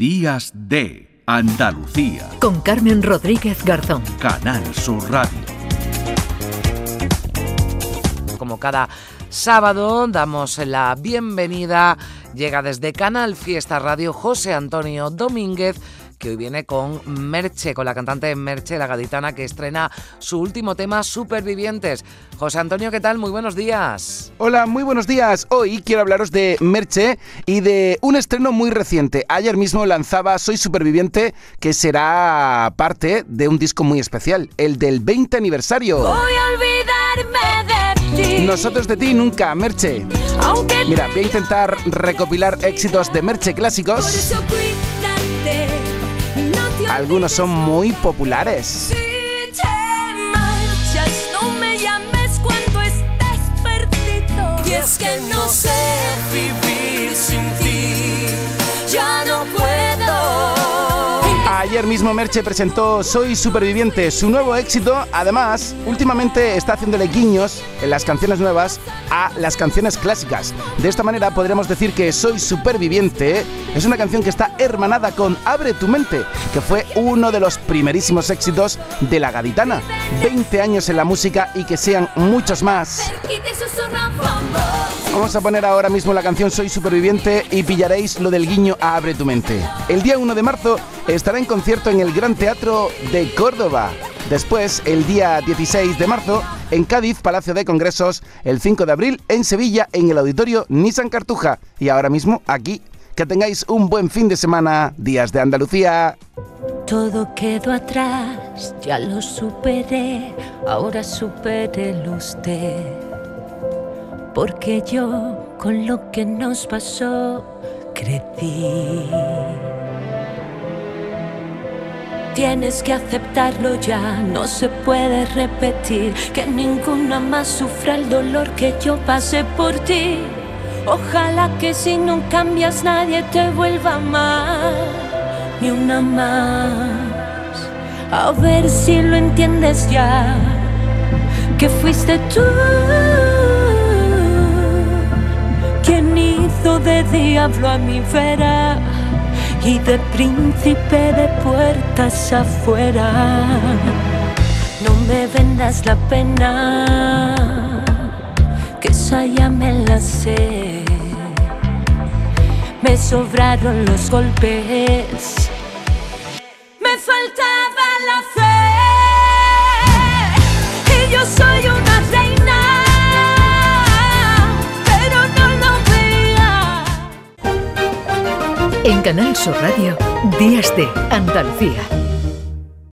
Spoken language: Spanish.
Días de Andalucía. Con Carmen Rodríguez Garzón. Canal Sur Radio. Como cada sábado damos la bienvenida, llega desde Canal Fiesta Radio José Antonio Domínguez, que hoy viene con Merche, con la cantante Merche, la gaditana, que estrena su último tema, Supervivientes. José Antonio, ¿qué tal? Muy buenos días. Hola, muy buenos días. Hoy quiero hablaros de Merche y de un estreno muy reciente. Ayer mismo lanzaba Soy Superviviente, que será parte de un disco muy especial, el del 20 aniversario. Voy a olvidarme de ti. Nosotros de ti nunca, Merche. Mira, voy a intentar recopilar éxitos de Merche clásicos. Por eso cuídate, no te Algunos son muy populares. Si te marchas, no me llames cuando estés perdido. Y es que no sé vivir sin ti, ya no puedo. Ayer mismo Merche presentó Soy Superviviente, su nuevo éxito. Además, últimamente está haciéndole guiños en las canciones nuevas a las canciones clásicas. De esta manera podremos decir que Soy Superviviente es una canción que está hermanada con Abre tu mente, que fue uno de los primerísimos éxitos de la gaditana. 20 años en la música y que sean muchos más. Y te susurran favor. Vamos a poner ahora mismo la canción Soy Superviviente y pillaréis lo del guiño a Abre tu mente. El día 1 de marzo estará en concierto en el Gran Teatro de Córdoba. Después, el día 16 de marzo, en Cádiz, Palacio de Congresos. El 5 de abril, en Sevilla, en el Auditorio Nissan Cartuja. Y ahora mismo, aquí, que tengáis un buen fin de semana. Días de Andalucía. Todo quedó atrás, ya lo superé, ahora supérelo usted. Porque yo, con lo que nos pasó, crecí. Tienes que aceptarlo ya, no se puede repetir. Que ninguna más sufra el dolor que yo pasé por ti. Ojalá que si no cambias nadie te vuelva a amar, ni una más. A ver si lo entiendes ya, que fuiste tú quien hizo de diablo a mi vera y de príncipe de puertas afuera. No me vendas la pena, que esa ya me la sé. Me sobraron los golpes, me faltaba la fe. Y yo soy una reina, pero no lo veía. En Canal Sur Radio, Días de Andalucía.